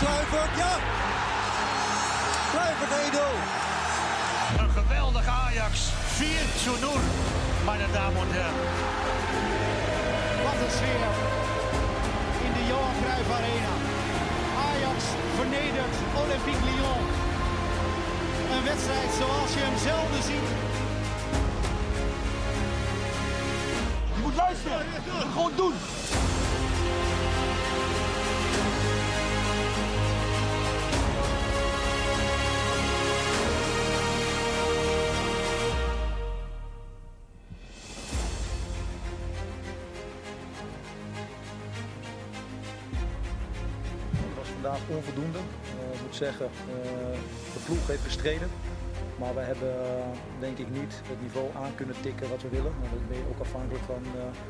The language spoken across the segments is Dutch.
Kluivert, ja! Kluivert 1-0. Een geweldige Ajax. 4-0, meine Damen und Herren. Wat een sfeer in de Johan Cruijff Arena. Ajax vernedert Olympique Lyon. Een wedstrijd zoals je hem zelden ziet. Je moet luisteren. Gewoon doen. Vandaag onvoldoende. Ik moet zeggen, de ploeg heeft gestreden. Maar we hebben denk ik niet het niveau aan kunnen tikken wat we willen. Dan ben je ook afhankelijk van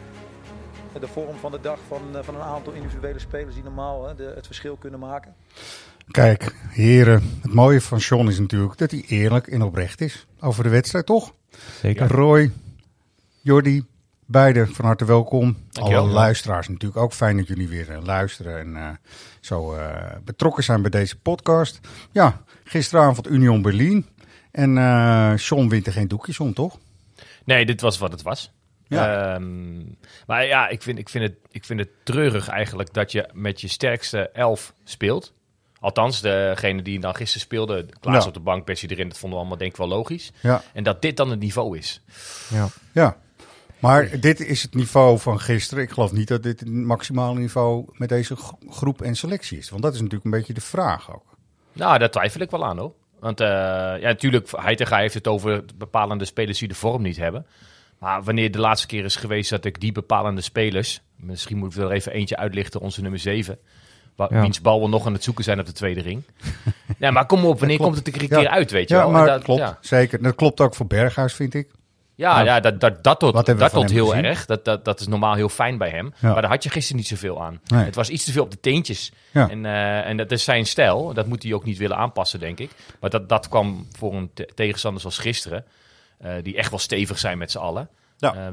de vorm van de dag van een aantal individuele spelers die normaal het verschil kunnen maken. Kijk, heren, het mooie van John is natuurlijk dat hij eerlijk en oprecht is over de wedstrijd, toch? Zeker. Roy, Jordi, beide van harte welkom. Dankjewel. Alle luisteraars natuurlijk ook. Fijn dat jullie weer luisteren en zo betrokken zijn bij deze podcast. Ja, gisteravond Union Berlin. En John wint er geen doekjes om, toch? Nee, dit was wat het was. Ja. Maar ja, ik vind het treurig eigenlijk dat je met je sterkste 11 speelt. Althans, degene die dan gisteren speelde, Klaas op de bank, Bessie erin, dat vonden we allemaal denk ik wel logisch. Ja. En dat dit dan het niveau is. Ja. Maar dit is het niveau van gisteren. Ik geloof niet dat dit het maximale niveau met deze groep en selectie is. Want dat is natuurlijk een beetje de vraag ook. Nou, daar twijfel ik wel aan hoor. Want ja, natuurlijk, Heitinga heeft het over bepalende spelers die de vorm niet hebben. Maar wanneer de laatste keer is geweest dat ik die bepalende spelers, misschien moeten we er even eentje uitlichten, onze nummer 7, wiens bal we nog aan het zoeken zijn op de tweede ring. Ja, maar kom op, wanneer komt het er een keer uit, weet je wel? Maar dat klopt, zeker. Dat klopt ook voor Berghuis, vind ik. Ja, dat tot heel gezien? erg. Dat is normaal heel fijn bij hem. Ja. Maar daar had je gisteren niet zoveel aan. Nee. Het was iets te veel op de teentjes. Ja. En dat is zijn stijl. Dat moet hij ook niet willen aanpassen, denk ik. Maar dat kwam voor een tegenstander zoals gisteren. Die echt wel stevig zijn met z'n allen. Ja.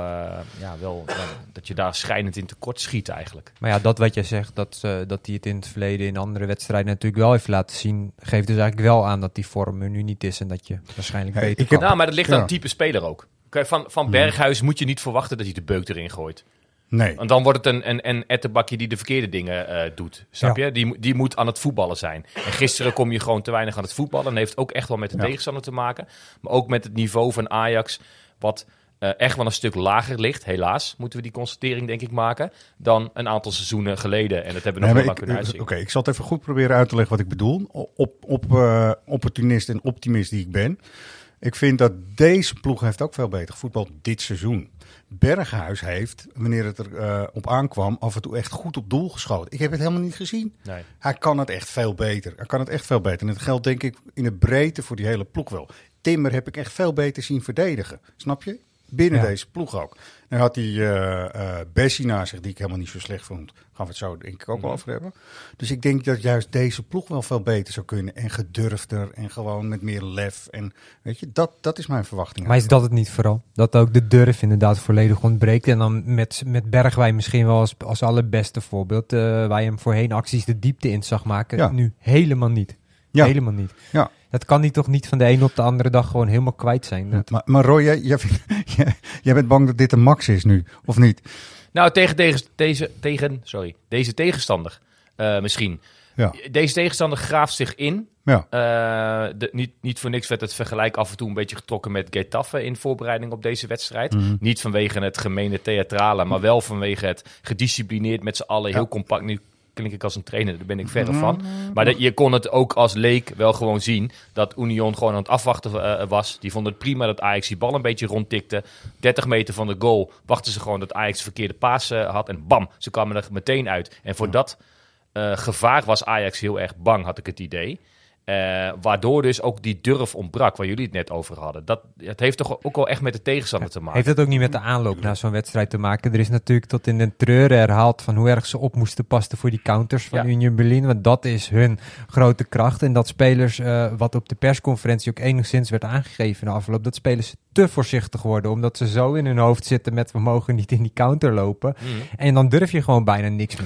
Dat je daar schijnend in tekort schiet eigenlijk. Maar ja, dat wat jij zegt, dat hij het in het verleden in andere wedstrijden natuurlijk wel heeft laten zien, geeft dus eigenlijk wel aan dat die vorm er nu niet is en dat je waarschijnlijk beter kan. Nou, maar dat ligt aan het type speler ook. Van Berghuis moet je niet verwachten dat hij de beuk erin gooit. Nee. Want dan wordt het een ettenbakje die de verkeerde dingen doet. Snap je? Die moet aan het voetballen zijn. En gisteren kom je gewoon te weinig aan het voetballen. En heeft ook echt wel met de tegenstander te maken. Maar ook met het niveau van Ajax, wat echt wel een stuk lager ligt. Helaas moeten we die constatering denk ik maken. Dan een aantal seizoenen geleden. En dat hebben we nog heel lang kunnen uitzien. Oké, ik zal het even goed proberen uit te leggen wat ik bedoel. Opportunist en optimist die ik ben. Ik vind dat deze ploeg heeft ook veel beter gevoetbald dit seizoen. Berghuis heeft, wanneer het er op aankwam, af en toe echt goed op doel geschoten. Ik heb het helemaal niet gezien. Nee. Hij kan het echt veel beter. En dat geldt denk ik in de breedte voor die hele ploeg wel. Timmer heb ik echt veel beter zien verdedigen. Snap je? Binnen deze ploeg ook. Dan had hij Bessie naast zich, die ik helemaal niet zo slecht vond. Gaan we het zo denk ik ook wel over hebben. Dus ik denk dat juist deze ploeg wel veel beter zou kunnen. En gedurfder en gewoon met meer lef. En weet je, dat is mijn verwachting. Maar is dat het niet vooral? Dat ook de durf inderdaad volledig ontbreekt. En dan met Bergwijn misschien wel als allerbeste voorbeeld. Waar je hem voorheen acties de diepte in zag maken. Ja. Nu helemaal niet. Ja. Helemaal niet. Ja. Dat kan hij toch niet van de ene op de andere dag gewoon helemaal kwijt zijn. Maar Roy, jij bent bang dat dit een max is nu, of niet? Nou, tegen deze tegenstander misschien. Ja. Deze tegenstander graaft zich in. Ja. Niet voor niks werd het vergelijk af en toe een beetje getrokken met Getafe in voorbereiding op deze wedstrijd. Mhm. Niet vanwege het gemene theatrale, maar wel vanwege het gedisciplineerd met z'n allen heel compact. Nu klink ik als een trainer, daar ben ik verre van. Maar je kon het ook als leek wel gewoon zien dat Union gewoon aan het afwachten was. Die vonden het prima dat Ajax die bal een beetje rondtikte. 30 meter van de goal wachten ze gewoon dat Ajax de verkeerde paas had. En bam, ze kwamen er meteen uit. En voor dat gevaar was Ajax heel erg bang, had ik het idee. Waardoor dus ook die durf ontbrak, waar jullie het net over hadden. Het heeft toch ook wel echt met de tegenstander te maken. Heeft het ook niet met de aanloop naar zo'n wedstrijd te maken? Er is natuurlijk tot in de treuren herhaald van hoe erg ze op moesten passen voor die counters van Union Berlin. Want dat is hun grote kracht. En dat spelers, wat op de persconferentie ook enigszins werd aangegeven na afloop, dat spelers te voorzichtig worden. Omdat ze zo in hun hoofd zitten met we mogen niet in die counter lopen. En dan durf je gewoon bijna niks meer.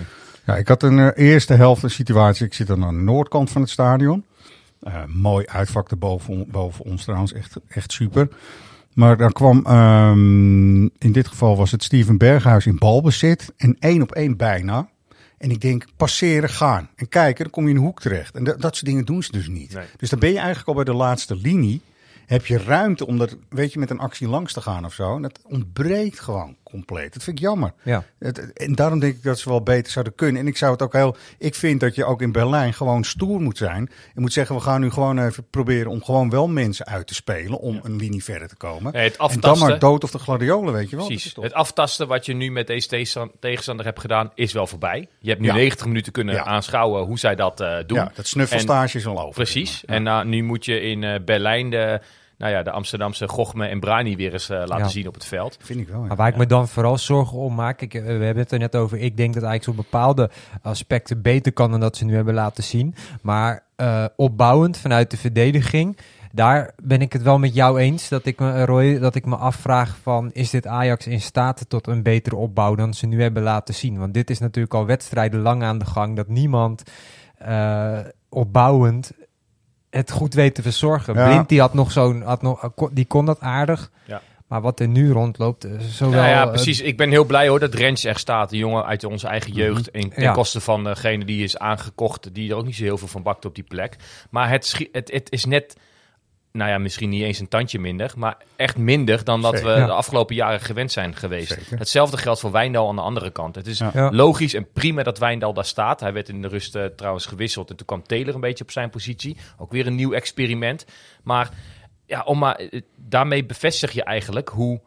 Ja, ik had een eerste helft een situatie. Ik zit aan de noordkant van het stadion. Mooi uitvak boven ons trouwens. Echt super. Maar dan kwam, in dit geval was het Steven Berghuis in balbezit. En 1-op-1 bijna. En ik denk, passeren, gaan. En kijken, dan kom je in een hoek terecht. En dat soort dingen doen ze dus niet. Nee. Dus dan ben je eigenlijk al bij de laatste linie. Heb je ruimte om er, met een actie langs te gaan of zo. En dat ontbreekt gewoon compleet. Dat vind ik jammer. Ja. En daarom denk ik dat ze wel beter zouden kunnen. En ik vind dat je ook in Berlijn gewoon stoer moet zijn. En moet zeggen, we gaan nu gewoon even proberen om gewoon wel mensen uit te spelen. Om een linie verder te komen. Nee, en dan maar dood of de gladiolen, weet je wel. Precies. Het aftasten wat je nu met deze tegenstander hebt gedaan, is wel voorbij. Je hebt nu 90 minuten kunnen aanschouwen hoe zij dat doen. Ja, dat snuffelstage is al over. Precies. Ja. En nu moet je in Berlijn de Amsterdamse Gochme en Brani weer eens laten zien op het veld. Vind ik wel. Ja. Maar waar ik me dan vooral zorgen om maak, we hebben het er net over, ik denk dat eigenlijk op bepaalde aspecten beter kan dan dat ze nu hebben laten zien. Maar opbouwend vanuit de verdediging, daar ben ik het wel met jou eens dat ik me afvraag van, is dit Ajax in staat tot een betere opbouw dan ze nu hebben laten zien? Want dit is natuurlijk al wedstrijden lang aan de gang, dat niemand opbouwend het goed weet te verzorgen. Ja. Blind die kon dat aardig. Ja. Maar wat er nu rondloopt, zowel... Ja, precies. Ik ben heel blij hoor dat Rens echt staat. Een jongen uit onze eigen jeugd. En ten koste van degene die is aangekocht. Die er ook niet zo heel veel van bakt op die plek. Maar het is net... Nou ja, misschien niet eens een tandje minder. Maar echt minder dan dat we de afgelopen jaren gewend zijn geweest. Zeker. Hetzelfde geldt voor Wijndal aan de andere kant. Het is logisch en prima dat Wijndal daar staat. Hij werd in de rust trouwens gewisseld. En toen kwam Taylor een beetje op zijn positie. Ook weer een nieuw experiment. Maar daarmee bevestig je eigenlijk hoe...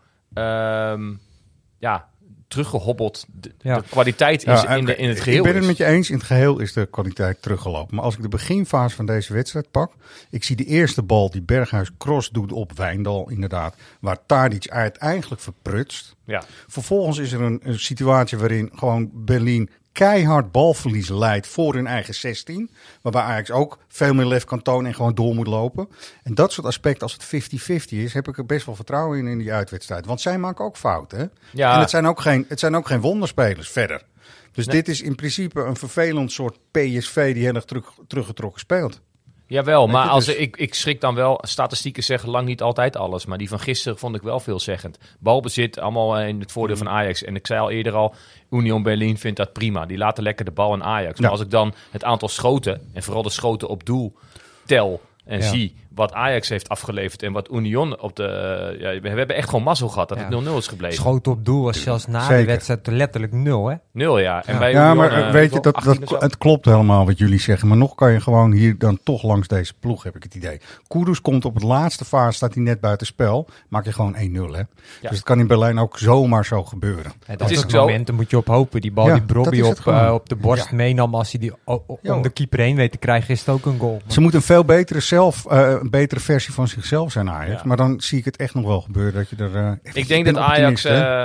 teruggehobbeld de kwaliteit is in het geheel. Ik ben het met je eens, in het geheel is de kwaliteit teruggelopen. Maar als ik de beginfase van deze wedstrijd pak, ik zie de eerste bal die Berghuis cross doet op Wijndal inderdaad, waar Tadic eigenlijk verprutst. Ja. Vervolgens is er een situatie waarin gewoon Berlin keihard balverlies leidt voor hun eigen 16. Waarbij Ajax ook veel meer lef kan tonen en gewoon door moet lopen. En dat soort aspecten, als het 50-50 is, heb ik er best wel vertrouwen in die uitwedstrijd. Want zij maken ook fouten. Hè? Ja. En het zijn ook geen wonderspelers verder. Dus dit is in principe een vervelend soort PSV die heel erg teruggetrokken speelt. Jawel, maar ik schrik dan wel. Statistieken zeggen lang niet altijd alles. Maar die van gisteren vond ik wel veelzeggend. Balbezit, allemaal in het voordeel van Ajax. En ik zei al eerder Union Berlin vindt dat prima. Die laten lekker de bal aan Ajax. Maar als ik dan het aantal schoten, en vooral de schoten op doel, tel en zie wat Ajax heeft afgeleverd en wat Union op de... we hebben echt gewoon mazzel gehad dat het 0-0 is gebleven. Schoten op doel was zelfs na de wedstrijd letterlijk 0, hè? 0, ja. En bij Union, maar weet je, het klopt helemaal wat jullie zeggen. Maar nog kan je gewoon hier dan toch langs deze ploeg, heb ik het idee. Kudus komt op het laatste fase, staat hij net buiten spel. Maak je gewoon 1-0, hè? Ja. Dus het kan in Berlijn ook zomaar zo gebeuren. Ja, dat soort momenten moet je op hopen. Die bal die Brobby op de borst meenam, als hij die om de keeper heen weet te krijgen, is het ook een goal. Ze moeten een veel betere betere versie van zichzelf zijn, Ajax. Ja. Maar dan zie ik het echt nog wel gebeuren dat je er... ik denk dat Ajax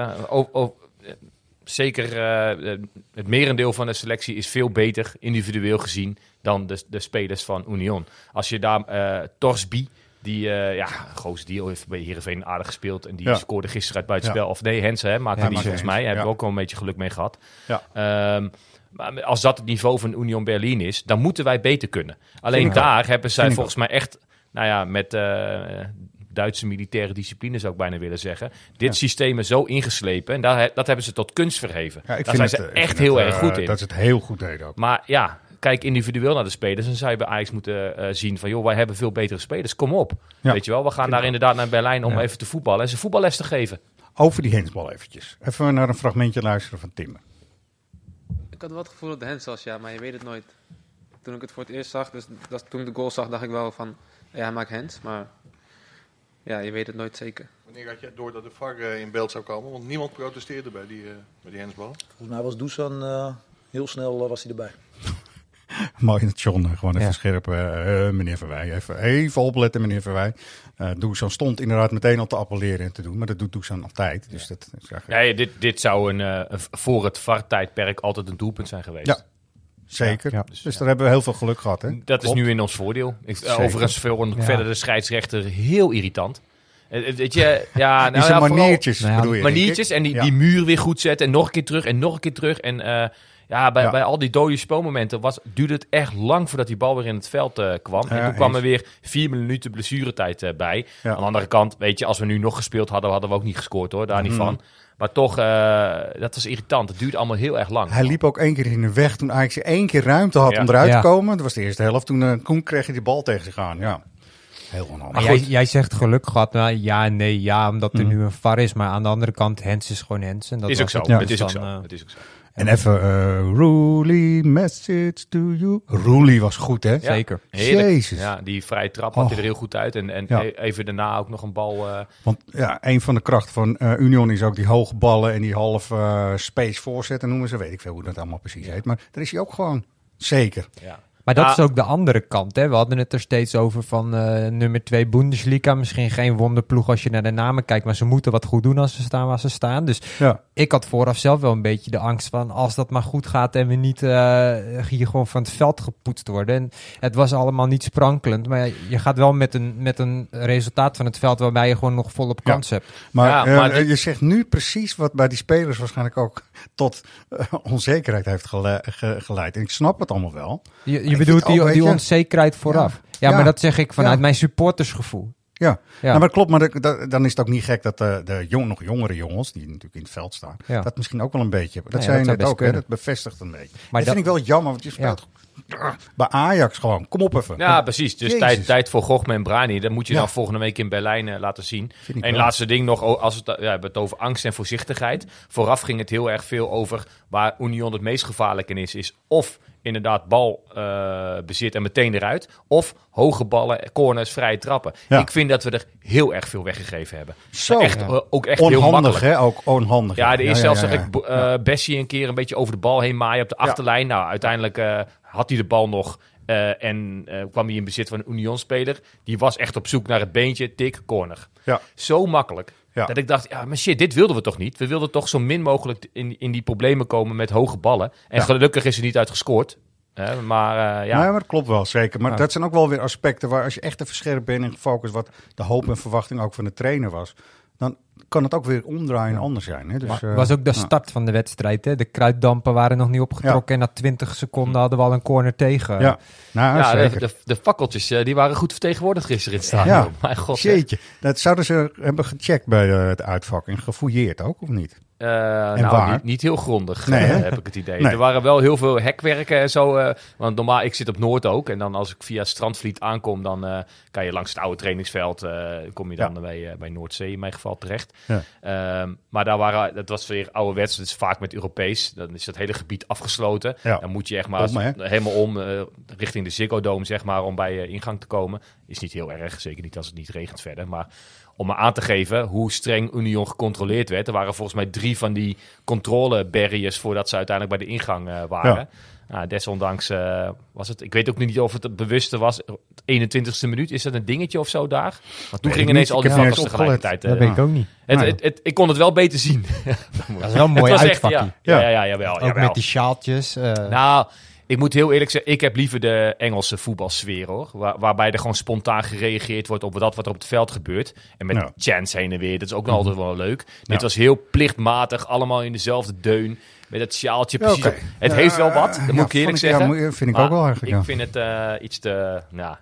zeker het merendeel van de selectie is veel beter individueel gezien dan de spelers van Union. Als je daar Torsby, die gozer die heeft bij Heerenveen aardig gespeeld en die scoorde gisteren uit buitenspel. Of nee, Hensen maakte die volgens mij. Daar hebben we ook wel een beetje geluk mee gehad. Ja. Maar als dat het niveau van Union Berlin is, dan moeten wij beter kunnen. Alleen daar hebben zij volgens mij echt... met Duitse militaire discipline zou ik bijna willen zeggen. Dit systeem is zo ingeslepen. En dat hebben ze tot kunst verheven. Ja, daar zijn ze echt heel erg goed in. Dat is het heel goed deden ook. Maar kijk individueel naar de spelers. En zou je bij Ajax moeten zien van... wij hebben veel betere spelers. Kom op. Ja. Weet je wel, we gaan daar inderdaad naar Berlijn om even te voetballen. En ze voetballes te geven. Over die hensbal eventjes. Even naar een fragmentje luisteren van Timmer. Ik had wel het gevoel dat de hens was, maar je weet het nooit. Toen ik het voor het eerst zag, dus toen ik de goal zag, dacht ik wel van... hij maakt hands, maar je weet het nooit zeker. Wanneer had je door dat de VAR in beeld zou komen? Want niemand protesteerde bij die handsbal. Volgens mij was Dusan heel snel was hij erbij. Mooi in het John, gewoon even scherp. Meneer Verwij, even opletten meneer Verwij. Dusan stond inderdaad meteen al te appelleren en te doen, maar dat doet Dusan altijd. Dus dat is eigenlijk... dit zou voor het VAR-tijdperk altijd een doelpunt zijn geweest. Ja. Zeker. Ja. Dus daar hebben we heel veel geluk gehad. Hè? Dat is nu in ons voordeel. Overigens verder de scheidsrechter heel irritant. Weet je, die zijn maniertjes bedoel je. Maniertjes en die muur weer goed zetten en nog een keer terug en nog een keer terug. En bij al die dode spoelmomenten duurde het echt lang voordat die bal weer in het veld kwam. En toen kwam er weer 4 minuten blessuretijd bij. Ja. Aan de andere kant, weet je, als we nu nog gespeeld hadden we ook niet gescoord hoor, daar niet van. Maar toch, dat was irritant. Het duurde allemaal heel erg lang. Hij liep ook 1 keer in de weg toen Ajax 1 keer ruimte had om eruit te komen. Dat was de eerste helft. Toen kreeg hij die bal tegen zich aan. Ja. Heel onhandig. Jij zegt geluk gehad. Nou, ja en nee. Ja, omdat er nu een VAR is. Maar aan de andere kant, Hens is gewoon Hens. En dat is ook zo. Ja. Het is ook zo. En even Roelie, message to you. Roelie was goed, hè? Ja, zeker. Heerlijk. Jezus. Ja, die vrije trap had hij er heel goed uit. En even daarna ook nog een bal... Want een van de krachten van Union is ook die hoge ballen en die half space voorzetten noemen ze. Weet ik veel hoe dat allemaal precies heet. Maar daar is hij ook gewoon zeker. Ja. Maar dat is ook de andere kant. Hè? We hadden het er steeds over van nummer 2 Bundesliga. Misschien geen wonderploeg als je naar de namen kijkt. Maar ze moeten wat goed doen als ze staan waar ze staan. Dus ik had vooraf zelf wel een beetje de angst van... als dat maar goed gaat en we niet hier gewoon van het veld gepoetst worden. En het was allemaal niet sprankelend. Maar je gaat wel met een resultaat van het veld... waarbij je gewoon nog volop kans hebt. Maar je zegt nu precies wat bij die spelers waarschijnlijk ook... tot onzekerheid heeft geleid. En ik snap het allemaal wel... Je bedoelt die onzekerheid vooraf. Ja, maar dat zeg ik vanuit mijn supportersgevoel. Ja. Nou, maar klopt. Maar dan is het ook niet gek dat de nog jongere jongens, die natuurlijk in het veld staan, dat misschien ook wel een beetje hebben. Dat zei je net ook, hè? Dat bevestigt een beetje. Maar dat vind ik wel jammer, want je speelt bij Ajax gewoon. Kom op even. Ja, precies. Dus tijd voor Gochme en Brani. Dat moet je dan volgende week in Berlijn laten zien. En laatste ding nog, als we het over angst en voorzichtigheid. Vooraf ging het heel erg veel over waar Union het meest gevaarlijk in is of inderdaad balbezit en meteen eruit. Of hoge ballen, corners, vrije trappen. Ja. Ik vind dat we er heel erg veel weggegeven hebben. Zo. Ook echt onhandig, heel makkelijk. Hè? Ook onhandig. Ja, de eerste zelfs zag ik Bessie een keer een beetje over de bal heen maaien op de achterlijn. Nou, uiteindelijk had hij de bal nog en kwam hij in bezit van een Union-speler. Die was echt op zoek naar het beentje, tik, corner. Ja. Zo makkelijk. Ja. Dat ik dacht, maar shit, dit wilden we toch niet? We wilden toch zo min mogelijk in die problemen komen met hoge ballen. En gelukkig is er niet uit gescoord. Maar Nee, maar dat klopt wel, zeker. Maar dat zijn ook wel weer aspecten waar als je echt even scherp bent en gefocust... wat de hoop en verwachting ook van de trainer was... dan kan het ook weer omdraaien en anders zijn. Hè? Dus, het was ook de start van de wedstrijd. Hè? De kruiddampen waren nog niet opgetrokken... en na 20 seconden hadden we al een corner tegen. Ja, de fakkeltjes die waren goed vertegenwoordigd gisteren in het stadion. Ja, mijn god. Jeetje. Dat zouden ze hebben gecheckt bij het uitvak en gefouilleerd ook, of niet? Niet heel grondig, heb ik het idee. Nee. Er waren wel heel veel hekwerken en zo. Want normaal, ik zit op Noord ook. En dan als ik via Strandvliet aankom, dan kan je langs het oude trainingsveld... kom je dan bij Noordzee in mijn geval terecht. Ja. Maar dat was weer ouderwets. Dus vaak met Europees. Dan is dat hele gebied afgesloten. Ja. Dan moet je echt maar helemaal om richting de Ziggo Dome, zeg maar, om bij ingang te komen. Is niet heel erg, zeker niet als het niet regent verder. Maar om me aan te geven hoe streng Union gecontroleerd werd. Er waren volgens mij 3 van die controle-barriers voordat ze uiteindelijk bij de ingang waren. Ja. Nou, desondanks was het... Ik weet ook niet of het het bewuste was. 21ste minuut, is dat een dingetje of zo daar? Want toen gingen ineens al die vakkers tegelijkertijd. Dat weet ik ook niet. Ik kon het wel beter zien. Dat is wel een mooi uitvakkie. Jawel. Ook met die sjaaltjes. Nou... Ik moet heel eerlijk zeggen, ik heb liever de Engelse voetbalsfeer, hoor. Waarbij er gewoon spontaan gereageerd wordt op wat er op het veld gebeurt. En met chants heen en weer, dat is ook nog altijd wel leuk. Dit was heel plichtmatig, allemaal in dezelfde deun. Met het sjaaltje precies. Het heeft wel wat, dat moet ik eerlijk zeggen. Ja, vind ik ook wel eigenlijk. Ik vind het iets te...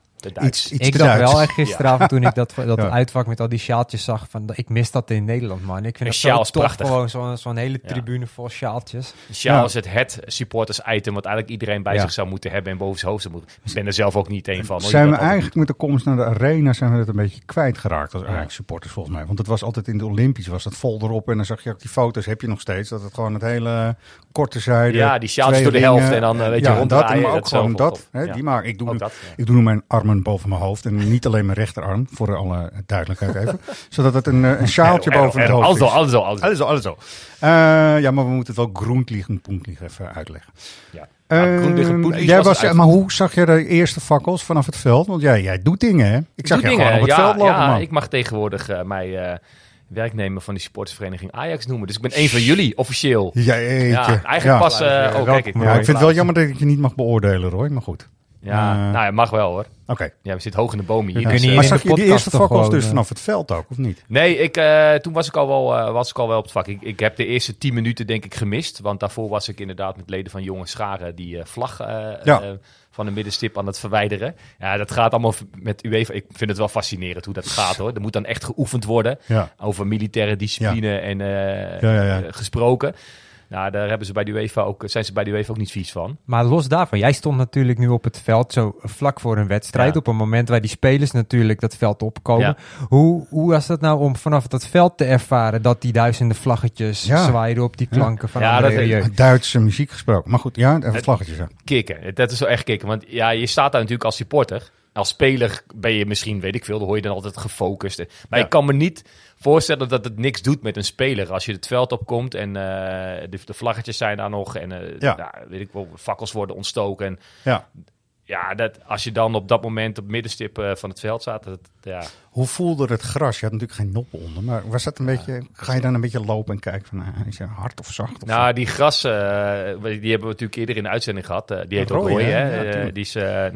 Ik dacht wel echt gisteravond toen ik dat uitvak met al die sjaaltjes zag. Ik mis dat in Nederland, man. Ik vind het zo tof, gewoon zo'n hele tribune vol sjaaltjes. De sjaal is het supporters item wat eigenlijk iedereen bij zich zou moeten hebben en boven zijn hoofd zou moeten. Ik ben er zelf ook niet een van. Zijn we eigenlijk met de komst naar de arena zijn we het een beetje kwijtgeraakt als Ajax supporters volgens mij. Want het was altijd in de Olympisch, was dat vol erop en dan zag je ook die foto's, heb je nog steeds, dat het gewoon het hele korte zijde. Ja, die sjaaltjes door de helft en dan weet je ronddraaien. Maar ook gewoon dat. Die maak ik. Ik doe mijn armen boven mijn hoofd en niet alleen mijn rechterarm, voor alle duidelijkheid even. Zodat het een sjaaltje boven het hoofd is. Also. Ja, maar we moeten het wel Grundliegen even uitleggen. Ja. Maar hoe zag je de eerste fakkels vanaf het veld? Want jij doet dingen, hè? Ik zag je gewoon op het veld lopen, man. Ik mag tegenwoordig mij werknemer van die supportersvereniging Ajax noemen. Dus ik ben een van jullie, officieel. Ja, eigenlijk pas... kijk, ik vind het wel jammer dat ik je niet mag beoordelen, Roy, maar goed. Ja, nou, het mag wel hoor. Oké. Ja, we zitten hoog in de boom hier. Je kunt Dus, hier Maar in zag de je die eerste podcast fakkels toch dus gewoon, vanaf het veld ook, of niet? Nee, toen was ik al wel op het vak. Ik heb de eerste 10 minuten denk ik gemist. Want daarvoor was ik inderdaad met leden van Jonge Scharen die vlag van de middenstip aan het verwijderen. Ja, dat gaat allemaal met UEFA. Ik vind het wel fascinerend hoe dat gaat hoor. Er moet dan echt geoefend worden. Ja. Over militaire discipline en gesproken. Nou, daar zijn ze bij de UEFA ook niet vies van. Maar los daarvan, jij stond natuurlijk nu op het veld zo vlak voor een wedstrijd. Ja. Op een moment waar die spelers natuurlijk dat veld opkomen. Ja. Hoe was dat nou om vanaf dat veld te ervaren dat die duizenden vlaggetjes zwaaiden op die klanken van Ja, André dat- Rieu? Duitse muziek gesproken. Maar goed, ja, even vlaggetjes. Ja. Kicken. Dat is wel echt kicken. Want ja, je staat daar natuurlijk als supporter. Als speler ben je misschien, weet ik veel, dan hoor je dan altijd gefocust. Maar ik kan me niet voorstellen dat het niks doet met een speler. Als je het veld opkomt en de vlaggetjes zijn daar nog. En weet ik wel, fakkels worden ontstoken. En, als je dan op dat moment op middenstip van het veld staat. Hoe voelde het gras? Je had natuurlijk geen noppen onder. Maar was dat een beetje, ga je dan een beetje lopen en kijken van, is hij hard of zacht? Of Nou, die gras, die hebben we natuurlijk eerder in de uitzending gehad. Die heet ook Roy, Roy, hè? hè? Ja, Die is,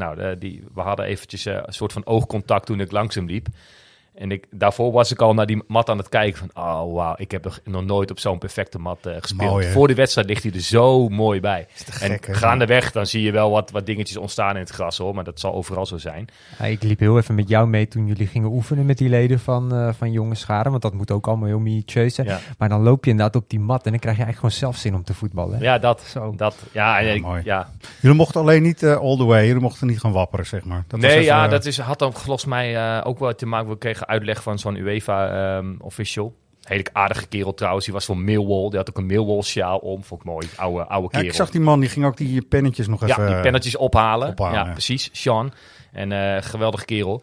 we hadden eventjes een soort van oogcontact toen ik langs hem liep. En daarvoor was ik al naar die mat aan het kijken van, oh wauw, ik heb nog nooit op zo'n perfecte mat gespeeld. Mooi, hè? Voor de wedstrijd ligt hij er zo mooi bij. gek, hè? En gaandeweg, dan zie je wel wat dingetjes ontstaan in het gras hoor, maar dat zal overal zo zijn. Ja, ik liep heel even met jou mee toen jullie gingen oefenen met die leden van Jonge Scharen. Want dat moet ook allemaal heel minutieus zijn. Ja. Maar dan loop je inderdaad op die mat en dan krijg je eigenlijk gewoon zelf zin om te voetballen. Ja, Zo. mooi. Ja. Jullie mochten alleen niet all the way. Jullie mochten niet gaan wapperen, zeg maar. Dat was Nee, even, dat had dan volgens mij ook wel te maken. We kregen uitleg van zo'n UEFA-official. Hele aardige kerel trouwens. Die was van Millwall. Die had ook een Millwall-sjaal om. Vond ik mooi. Oude Ja, kerel. ik zag die man, die ging ook die pennetjes nog even... die pennetjes ophalen. ophalen, Ja, ja. precies. Sean. En geweldige kerel.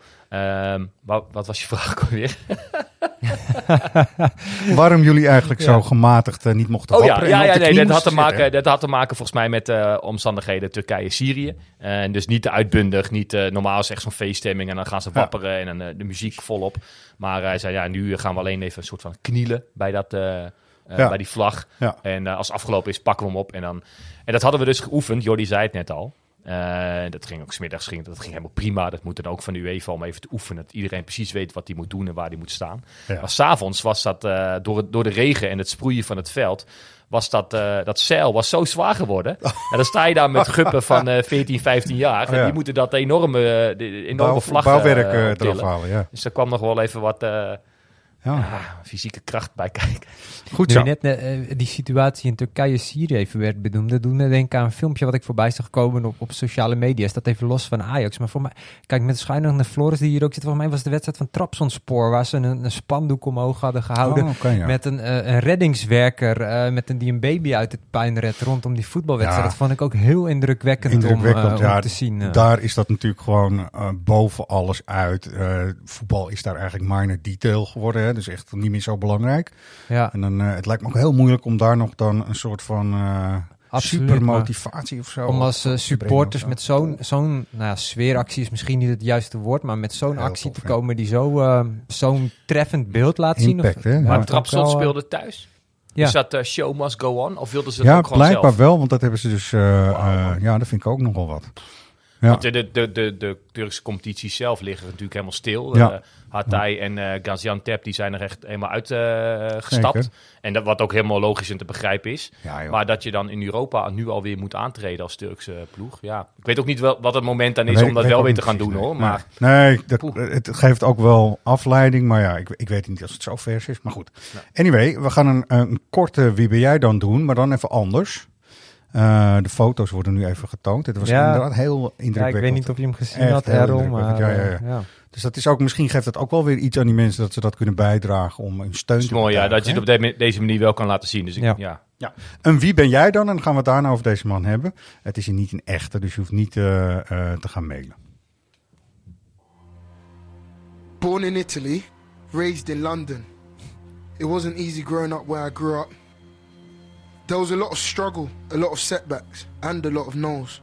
Wat was je vraag ook weer? Waarom jullie eigenlijk zo gematigd niet mochten wapperen? En op de knie dat moesten zitten, hè? dat had te maken volgens mij met omstandigheden Turkije-Syrië. En dus niet te uitbundig, normaal is echt zo'n feeststemming en dan gaan ze wapperen en dan de muziek volop. Maar hij zei, nu gaan we alleen even een soort van knielen bij bij die vlag. Ja. En als het afgelopen is, pakken we hem op. En dat hadden we dus geoefend, Jordi zei het net al. Dat ging ook 's middags, dat ging helemaal prima. Dat moet dan ook van de UEFA om even te oefenen. Dat iedereen precies weet wat hij moet doen en waar hij moet staan. Ja. Maar 's avonds was dat door de regen en het sproeien van het veld... was dat zeil was zo zwaar geworden. En dan sta je daar met guppen van 14, 15 jaar. En die moeten dat enorme vlag bouwwerk eraf tillen. halen, ja. Dus er kwam nog wel even wat fysieke kracht bij kijken. Goed Nu zo. je net die situatie in Turkije-Syrië even werd benoemd, dat doet me denken aan een filmpje wat ik voorbij zag komen op sociale media. Is dat even los van Ajax. Maar voor mij, kijk, met de schuin naar Floris die hier ook zit, volgens mij was het de wedstrijd van Trabzonspor, waar ze een spandoek omhoog hadden gehouden. Oh, oké, ja. Met een reddingswerker die een baby uit het puin redt rondom die voetbalwedstrijd. Ja. Dat vond ik ook heel indrukwekkend, Indrukwekkend, om te zien. Daar is dat natuurlijk gewoon boven alles uit. Voetbal is daar eigenlijk minor detail geworden. Hè? Dus echt niet meer zo belangrijk. Ja. En dan, het lijkt me ook heel moeilijk om daar nog dan een soort van Absoluut, supermotivatie of zo. Om als op te supporters brengen of met zo'n sfeeractie is misschien niet het juiste woord, maar met zo'n Heel actie tof, te ja. komen die zo'n treffend beeld laat Impact, zien. hè? Maar Ja. Trabzon speelde thuis. Ja. Is dat show must go on? Of wilden ze het Ja, ook gewoon blijkbaar zelf? wel, want dat hebben ze dus... ja, dat vind ik ook nog wel wat. Ja. Want de Turkse competities zelf liggen natuurlijk helemaal stil. Ja. Hatay en Gaziantep die zijn er echt helemaal uitgestapt. Zeker. En wat ook helemaal logisch en te begrijpen is. Ja, joh. Maar dat je dan in Europa nu alweer moet aantreden als Turkse ploeg. Ja. Ik weet ook niet wat het moment dan is Weet- om dat weet wel ook weer niet te gaan precies, doen nee. hoor. Maar Nee, het geeft ook wel afleiding. Maar ja, ik weet niet als het zo vers is. Maar goed. Anyway, we gaan een korte Wie ben jij dan doen. Maar dan even anders. De foto's worden nu even getoond. Het was inderdaad heel Ja, indrukwekkend. ik weet niet of je hem gezien Echt had, heel Errol, maar indrukwekkend. Ja. Dus dat is ook, misschien geeft het ook wel weer iets aan die mensen dat ze dat kunnen bijdragen om hun steun het is te mooi betuigen, dat je het hè? op deze manier wel kan laten zien. Dus Ja. Ja. En wie ben jij dan? En dan gaan we het daarna over deze man hebben. Het is hier niet een echte, dus je hoeft niet te gaan mailen. Born in Italy, raised in London. It wasn't easy growing up where I grew up. There was a lot of struggle, a lot of setbacks, and a lot of no's.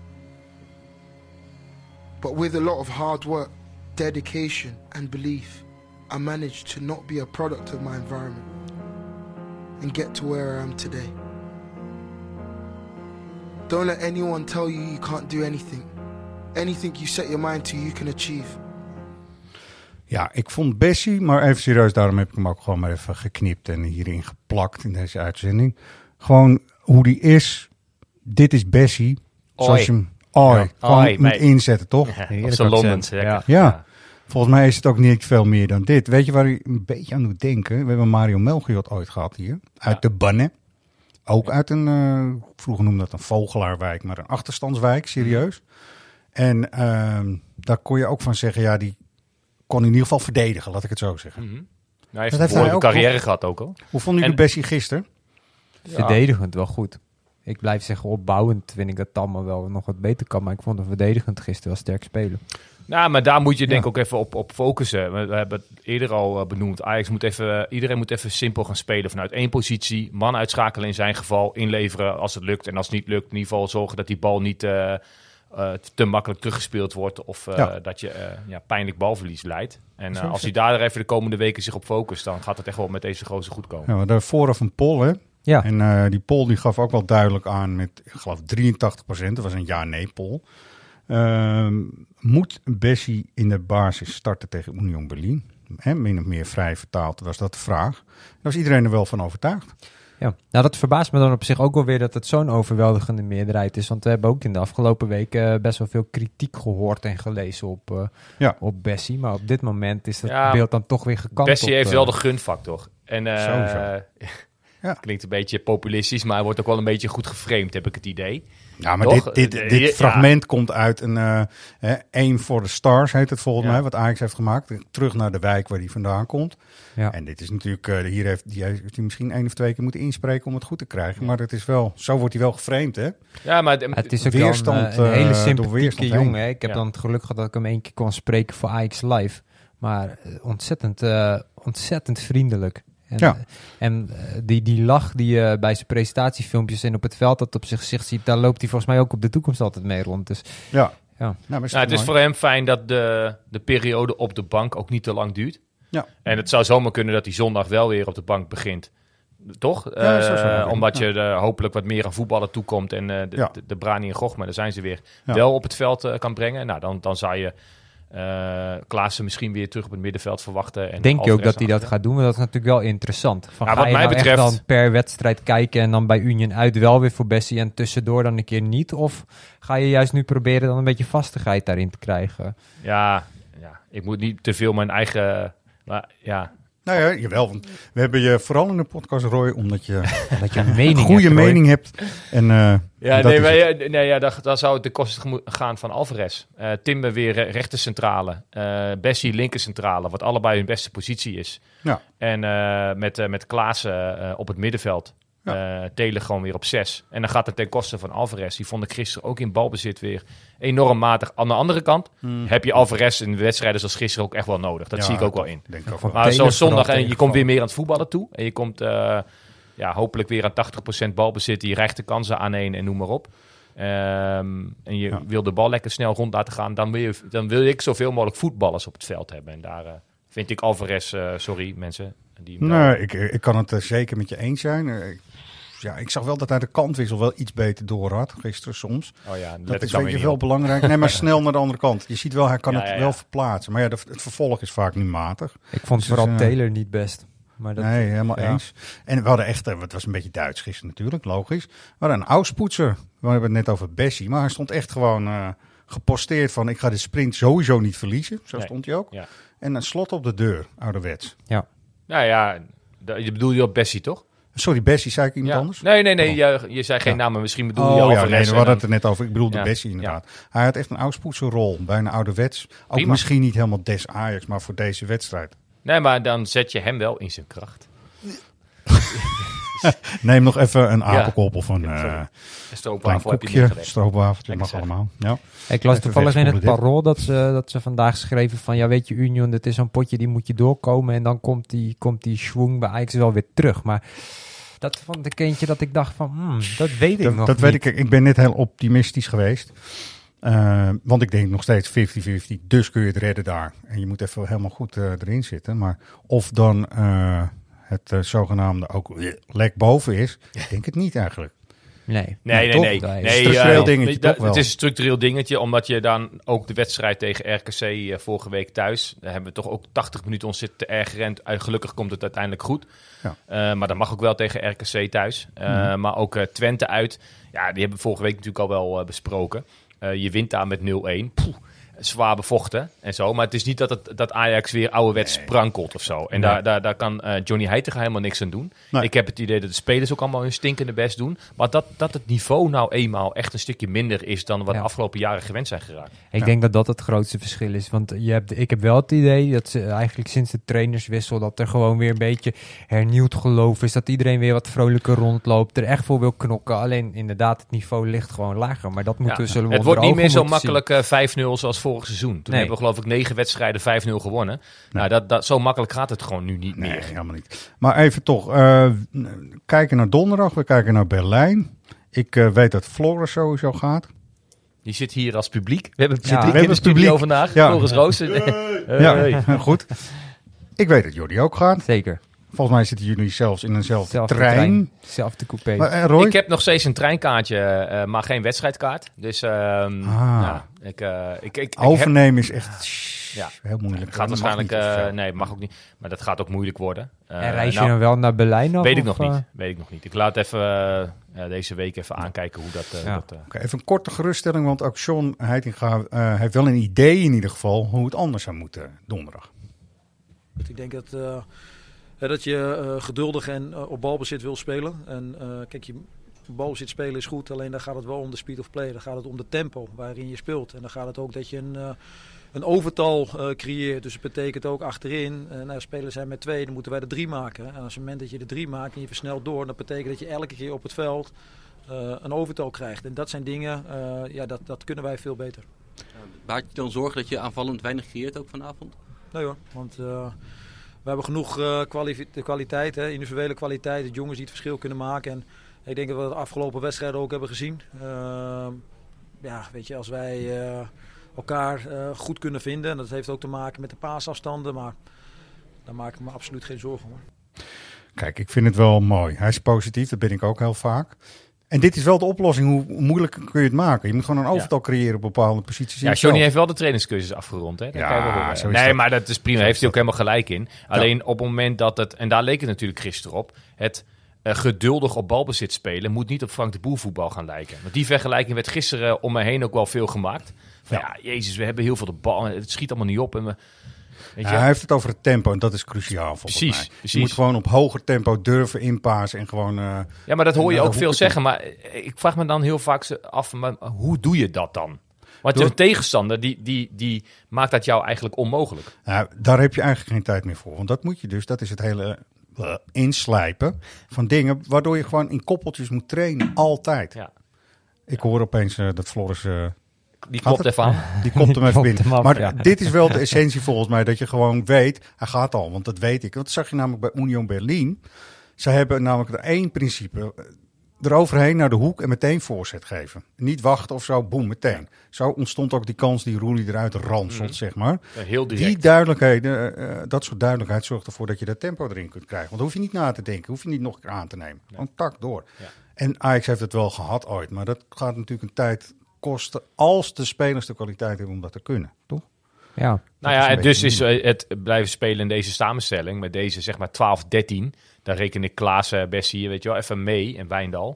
But with a lot of hard work, dedication, and belief, I managed to not be a product of my environment and get to where I am today. Don't let anyone tell you you can't do anything. anything you set your mind to, you can achieve. Ja, ik vond Bessie, maar even serieus, daarom heb ik hem ook gewoon maar even geknipt en hierin geplakt in deze uitzending. Gewoon hoe die is, dit is Bessie. Zoals je hem gewoon moet inzetten, toch? Ja, op zijn Londens. Ja. Volgens mij is het ook niet veel meer dan dit. Weet je waar u een beetje aan moet denken? We hebben Mario Melchiot ooit gehad hier, uit de Banne. Ook uit een, vroeger noemde dat een vogelaarwijk, maar een achterstandswijk, serieus. En daar kon je ook van zeggen, ja, die kon in ieder geval verdedigen, laat ik het zo zeggen. Mm-hmm. Hij heeft een behoorlijke carrière gehad ook al. Hoe vond jullie Bessie gisteren? Verdedigend wel goed. Ik blijf zeggen, opbouwend vind ik dat allemaal wel nog wat beter kan. Maar ik vond hem verdedigend gisteren wel sterk spelen. Nou, maar daar moet je denk ik ook even op focussen. We hebben het eerder al benoemd. Iedereen moet even simpel gaan spelen vanuit één positie. Man uitschakelen in zijn geval, inleveren als het lukt. En als het niet lukt, in ieder geval zorgen dat die bal niet te makkelijk teruggespeeld wordt. Of dat je pijnlijk balverlies leidt. En als hij daar even de komende weken zich op focust, dan gaat het echt wel met deze gozer goed komen. Ja, daarvoor of een poll, hè? Ja. En die poll die gaf ook wel duidelijk aan met, ik geloof 83%. Dat was een ja-nee poll. Moet Bessie in de basis starten tegen Union Berlin? Min of meer vrij vertaald was dat de vraag. Daar was iedereen er wel van overtuigd. Ja, nou dat verbaast me dan op zich ook wel weer dat het zo'n overweldigende meerderheid is. Want we hebben ook in de afgelopen weken best wel veel kritiek gehoord en gelezen op Bessie. Maar op dit moment is dat beeld dan toch weer gekant. Bessie heeft wel de gunfactor. En klinkt een beetje populistisch, maar hij wordt ook wel een beetje goed geframed, heb ik het idee. Ja, maar dit fragment komt uit een Aim for the Stars, heet het volgens mij, wat Ajax heeft gemaakt. Terug naar de wijk waar hij vandaan komt. Ja. En dit is natuurlijk, hier heeft hij misschien 1 of 2 keer moeten inspreken om het goed te krijgen. Maar het is wel, zo wordt hij wel geframed, hè? Ja, maar het is ook weerstand, een hele sympathieke jongen. Hè? Ik heb dan het geluk gehad dat ik hem 1 keer kon spreken voor Ajax Live. Maar ontzettend vriendelijk. En die lach die je bij zijn presentatiefilmpjes en op het veld dat op zijn gezicht ziet, daar loopt hij volgens mij ook op de toekomst altijd mee rond. Dus, het is voor hem fijn dat de periode op de bank ook niet te lang duurt. Ja. En het zou zomaar kunnen dat hij zondag wel weer op de bank begint. Toch? Omdat je hopelijk wat meer aan voetballen toekomt en de Brani en Gochma, daar zijn ze weer, wel op het veld kan brengen. Nou, dan zou je Klaassen misschien weer terug op het middenveld verwachten. En denk je ook dat hij dat gaat doen? Maar dat is natuurlijk wel interessant. Ga wat mij betreft echt dan per wedstrijd kijken en dan bij Union uit wel weer voor Bessie en tussendoor dan een keer niet? Of ga je juist nu proberen dan een beetje vastigheid daarin te krijgen? Ja, ik moet niet te veel mijn eigen... Maar ja... Nou ja, jawel. Want we hebben je vooral in de podcast, Roy, omdat je een goede mening hebt. En, dan zou het de kosten gaan van Alvarez. Timber weer rechtercentrale. Bessie linkercentrale, wat allebei hun beste positie is. Ja. En met Klaassen op het middenveld. Telen gewoon weer op 6. En dan gaat het ten koste van Alvarez. Die vond ik gisteren ook in balbezit weer enorm matig. Aan de andere kant heb je Alvarez in wedstrijden zoals gisteren ook echt wel nodig. Dat zie ik ook wel in. Maar zoals zondag, en je komt weer meer aan het voetballen toe. En je komt hopelijk weer aan 80% balbezit. Die rechte kansen aan en noem maar op. En je wil de bal lekker snel rond laten gaan. Dan wil ik zoveel mogelijk voetballers op het veld hebben. En daar vind ik Alvarez, sorry mensen. Ik kan het zeker met je eens zijn. Ik zag wel dat hij de kantwissel wel iets beter door had gisteren soms. Oh ja, dat is weet je wel belangrijk. Nee, maar snel naar de andere kant. Je ziet wel, hij kan het wel verplaatsen. Maar het vervolg is vaak niet matig. Ik vond vooral Taylor niet best. Maar dat, nee, helemaal eens. En we hadden echt, het was een beetje Duits gisteren natuurlijk, logisch. We hadden een Auspoetser. We hebben het net over Bessie. Maar hij stond echt gewoon geposteerd van, ik ga de sprint sowieso niet verliezen. Zo stond hij ook. Ja. En een slot op de deur, ouderwets. Ja. Nou ja, je bedoelt je op Bessie, toch? Sorry, Bessie, zei ik iemand anders? Nee, je zei geen naam, maar misschien bedoel je Alvarez. Nee, we hadden het er net over. Ik bedoelde Bessie inderdaad. Ja. Hij had echt een Auspoetser rol, bijna ouderwets. Ook prima. Misschien niet helemaal des Ajax, maar voor deze wedstrijd. Nee, maar dan zet je hem wel in zijn kracht. Neem nog even een apenkoppel van een stroopwafeltje mag allemaal. Ja. Ik las toevallig in het Parool dat ze vandaag schreven van, ja weet je Union, dat is zo'n potje, die moet je doorkomen en dan komt die schwung bij Ajax wel weer terug. Maar dat vond ik eentje dat ik dacht van, dat weet ik nog niet. Dat weet ik ben net heel optimistisch geweest. Want ik denk nog steeds 50-50, dus kun je het redden daar. En je moet even helemaal goed erin zitten. Maar of dan het zogenaamde ook lek boven is, ik denk het niet eigenlijk. Nee. Nee. Structureel dingetje, toch wel. Het is een structureel dingetje, omdat je dan ook de wedstrijd tegen RKC vorige week thuis, daar hebben we toch ook 80 minuten ons zitten te ergeren. En gelukkig komt het uiteindelijk goed. Ja. Maar dat mag ook wel tegen RKC thuis. Maar ook Twente uit. Ja, die hebben we vorige week natuurlijk al wel besproken. Je wint daar met 0-1. Poeh. Zwaar bevochten en zo. Maar het is niet dat Ajax weer ouderwets sprankelt of zo. En daar kan Johnny Heitinga helemaal niks aan doen. Nee. Ik heb het idee dat de spelers ook allemaal hun stinkende best doen. Maar dat het niveau nou eenmaal echt een stukje minder is dan wat de afgelopen jaren gewend zijn geraakt. Ik denk dat het grootste verschil is. Want ik heb wel het idee dat ze eigenlijk sinds de trainerswissel, dat er gewoon weer een beetje hernieuwd geloof is. Dat iedereen weer wat vrolijker rondloopt. Er echt voor wil knokken. Alleen inderdaad, het niveau ligt gewoon lager. Maar dat zullen we het wordt niet meer zo makkelijk 5-0 zoals vorig seizoen. Toen hebben we geloof ik 9 wedstrijden 5-0 gewonnen. Nee. Nou, zo makkelijk gaat het gewoon nu niet meer. Nee, helemaal niet. Maar even toch, kijken naar donderdag, we kijken naar Berlijn. Ik weet dat Floris sowieso gaat. Die zit hier als publiek. We hebben publiek in de studio vandaag. Ja. Floris Rooster. Ja, goed. Ik weet dat Jordi ook gaat. Zeker. Volgens mij zitten jullie zelfs in eenzelfde trein. Zelfde coupé. Maar, Roy? Ik heb nog steeds een treinkaartje, maar geen wedstrijdkaart. Dus ik overnemen is echt heel moeilijk. Gaat waarschijnlijk, nee, mag ook niet. Maar dat gaat ook moeilijk worden. En reis je dan wel naar Berlijn nog? Weet ik nog niet. Ik laat even deze week even aankijken hoe dat... Okay, even een korte geruststelling, want ook John Heitinga heeft wel een idee in ieder geval hoe het anders zou moeten donderdag. Ik denk dat je geduldig en op balbezit wil spelen. En kijk, je balbezit spelen is goed, alleen dan gaat het wel om de speed of play. Dan gaat het om de tempo waarin je speelt. En dan gaat het ook dat je een overtal creëert. Dus het betekent ook achterin, spelers zijn met 2, dan moeten wij er 3 maken. En als het moment dat je er 3 maakt en je versnelt door, dat betekent dat je elke keer op het veld een overtal krijgt. En dat zijn dingen, dat kunnen wij veel beter. Baart je dan zorgen dat je aanvallend weinig creëert ook vanavond? Nee hoor, want... we hebben genoeg kwaliteit, individuele kwaliteit, dat jongens die het verschil kunnen maken. En ik denk dat we de afgelopen wedstrijden ook hebben gezien. Weet je, als wij elkaar goed kunnen vinden, en dat heeft ook te maken met de paasafstanden, maar daar maak ik me absoluut geen zorgen om. Kijk, ik vind het wel mooi. Hij is positief, dat ben ik ook heel vaak. En dit is wel de oplossing. Hoe moeilijk kun je het maken? Je moet gewoon een overtal creëren op bepaalde posities. Ja, Johnny heeft wel de trainingscursus afgerond. Hè? Maar dat is prima. Heeft hij ook helemaal gelijk in. Alleen op het moment dat het... En daar leek het natuurlijk gisteren op. Het geduldig op balbezit spelen moet niet op Frank de Boer voetbal gaan lijken. Want die vergelijking werd gisteren om me heen ook wel veel gemaakt. Jezus, we hebben heel veel de bal. Het schiet allemaal niet op. En hij heeft het over het tempo en dat is cruciaal volgens mij. Precies. Je moet gewoon op hoger tempo durven inpassen en gewoon... ja, maar dat hoor je ook veel zeggen. Maar ik vraag me dan heel vaak af, maar hoe doe je dat dan? Want je tegenstander, die maakt dat jou eigenlijk onmogelijk. Ja, daar heb je eigenlijk geen tijd meer voor. Want dat moet je dus, dat is het hele inslijpen van dingen... waardoor je gewoon in koppeltjes moet trainen, altijd. Ja. Ik hoor opeens dat Floris... Die klopt even aan. Die komt hem even binnen. Maar dit is wel de essentie volgens mij. Dat je gewoon weet, hij gaat al. Want dat weet ik. Want dat zag je namelijk bij Union Berlin. Ze hebben namelijk er 1 principe. Eroverheen naar de hoek en meteen voorzet geven. Niet wachten of zo, boem, meteen. Zo ontstond ook die kans die Roelie eruit ranselt, zeg maar. Heel direct. Die duidelijkheden, dat soort duidelijkheid zorgt ervoor dat je dat tempo erin kunt krijgen. Want dan hoef je niet na te denken. Hoef je niet nog een keer aan te nemen. Gewoon tak door. Ja. En Ajax heeft het wel gehad ooit. Maar dat gaat natuurlijk een tijd... kosten als de spelers de kwaliteit hebben om dat te kunnen, toch? Ja. Nou ja, dus is het blijven spelen in deze samenstelling met deze zeg maar 12-13. Daar reken ik Klaassen, Bessie, weet je wel, even mee en Wijndal.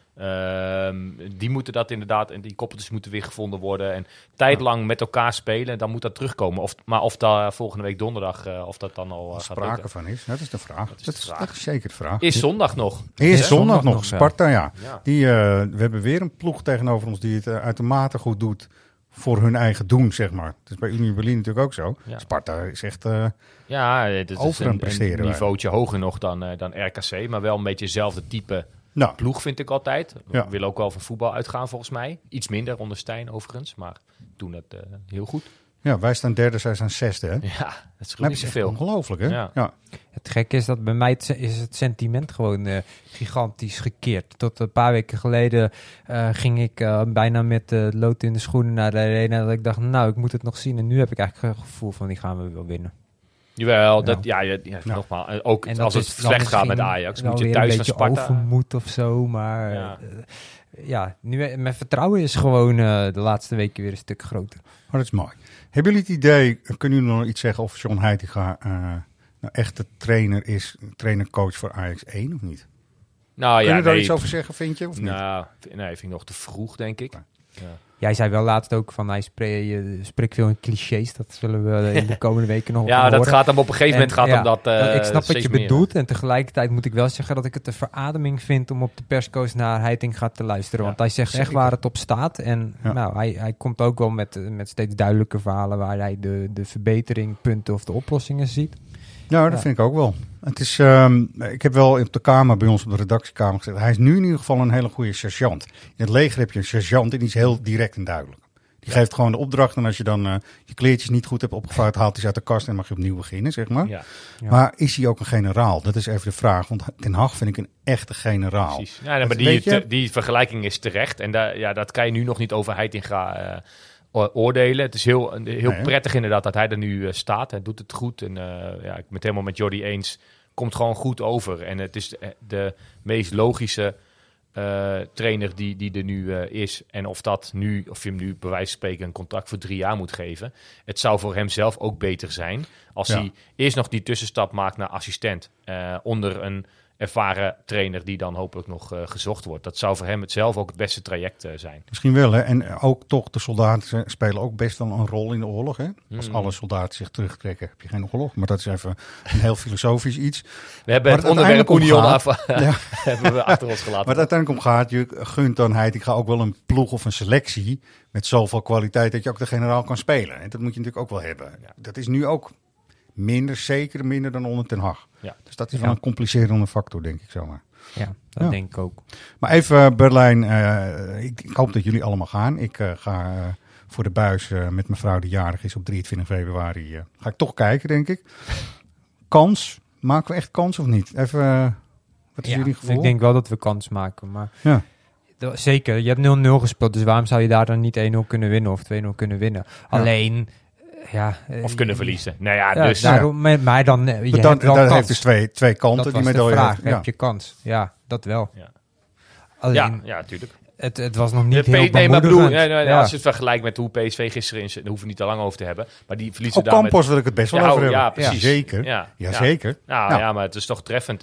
Die moeten dat inderdaad, en die koppeltjes moeten weer gevonden worden en tijdlang met elkaar spelen, dan moet dat terugkomen. Maar of daar volgende week donderdag, of dat dan al sprake van is, dat is de vraag. Dat is zeker de vraag. Is zondag nog? Is zondag nog, Sparta, ja. We hebben weer een ploeg tegenover ons die het uitermate goed doet voor hun eigen doen, zeg maar. Dat is bij Union Berlin natuurlijk ook zo. Ja. Sparta is echt het is over een presteren. Een niveautje hoger nog dan RKC, maar wel een beetje hetzelfde type ploeg vind ik altijd. We willen ook wel van voetbal uitgaan volgens mij. Iets minder onder Stijn overigens, maar doen het heel goed. Ja, wij staan 3e, zij staan 6e. Hè? Ja, dat is niet zoveel. Ongelooflijk, hè? Ja. Het gekke is dat bij mij is het sentiment gewoon gigantisch gekeerd. Tot een paar weken geleden ging ik bijna met lood in de schoenen naar de arena. Dat ik dacht, ik moet het nog zien. En nu heb ik eigenlijk het gevoel van, die gaan we wel winnen. Jawel, nogmaals. Ook En als het slecht gaat met Ajax, moet je thuis van Sparta. Overmoed of zo, maar nu mijn vertrouwen is gewoon de laatste weken weer een stuk groter. Oh, dat is mooi. Hebben jullie het idee, kunnen jullie nog iets zeggen of John Heitinga echt de trainer is, trainer-coach voor Ajax 1 of niet? Nou, Kun je daar iets over zeggen, vind je? Of niet? Nou, vind ik nog te vroeg, denk ik. Ja. Jij zei wel laatst ook van hij spreekt veel in clichés. Dat zullen we in de komende weken nog ja, horen. dat gaat hem op een gegeven moment gaat hem dat ik snap wat je bedoelt. Meer. En tegelijkertijd moet ik wel zeggen dat ik het een verademing vind om op de perscoach naar Heitinga te luisteren. Want hij zegt echt waar het op staat. En hij komt ook wel met steeds duidelijke verhalen waar hij de verbeteringpunten of de oplossingen ziet. Nou, dat vind ik ook wel. Het is, ik heb wel op de kamer bij ons op de redactiekamer gezegd, hij is nu in ieder geval een hele goede sergeant. In het leger heb je een sergeant en die is heel direct en duidelijk. Die geeft gewoon de opdracht en als je dan je kleertjes niet goed hebt opgevouwd, haalt hij ze uit de kast en mag je opnieuw beginnen, zeg maar. Ja. Ja. Maar is hij ook een generaal? Dat is even de vraag, want Ten Hag vind ik een echte generaal. Precies. Ja, maar die vergelijking is terecht en dat kan je nu nog niet over Heitinga oordelen. Het is heel prettig inderdaad dat hij er nu staat. Hij doet het goed en ik ben het helemaal met Jordi eens. Komt gewoon goed over. En het is de meest logische trainer die er nu is. En of je hem nu bij wijze van spreken een contract voor 3 jaar moet geven. Het zou voor hem zelf ook beter zijn als hij eerst nog die tussenstap maakt naar assistent. Onder een ervaren trainer die dan hopelijk nog gezocht wordt. Dat zou voor hem zelf ook het beste traject zijn. Misschien wel, hè. En ook toch, de soldaten spelen ook best wel een rol in de oorlog, hè. Als alle soldaten zich terugtrekken, heb je geen oorlog. Maar dat is even een heel filosofisch iets. We hebben het onderwerp Union hebben we achter ons gelaten. Maar uiteindelijk om gaat, je gunt dan Heitinga ook wel een ploeg of een selectie met zoveel kwaliteit dat je ook de generaal kan spelen. En dat moet je natuurlijk ook wel hebben. Ja. Dat is nu ook minder dan onder Ten Hag. Ja. Dus dat is wel een complicerende factor, denk ik zomaar. Ja, dat denk ik ook. Maar even Berlijn, ik hoop dat jullie allemaal gaan. Ik ga voor de buis met mijn vrouw die jarig is op 23 februari. Ga ik toch kijken, denk ik. Kans? Maken we echt kans of niet? Even, wat is jullie gevoel? Ik denk wel dat we kans maken, maar... Ja. Zeker, je hebt 0-0 gespeeld, dus waarom zou je daar dan niet 1-0 kunnen winnen of 2-0 kunnen winnen? Ja. Alleen... of kunnen verliezen. Nou ja, dus... Daarom, maar dan... Je dan hebt wel heeft kans. dus twee kanten dat die medaille. Vraag, heb je kans? Ja, dat wel. Ja, alleen, tuurlijk. Het was nog niet heel bemoedigend. Als je het vergelijkt met hoe PSV gisteren is, daar hoeven we niet te lang over te hebben. Maar die verliezen daar Campos wil ik het best wel over hebben. Ja, precies. Zeker. Zeker. Ja, maar het is toch treffend.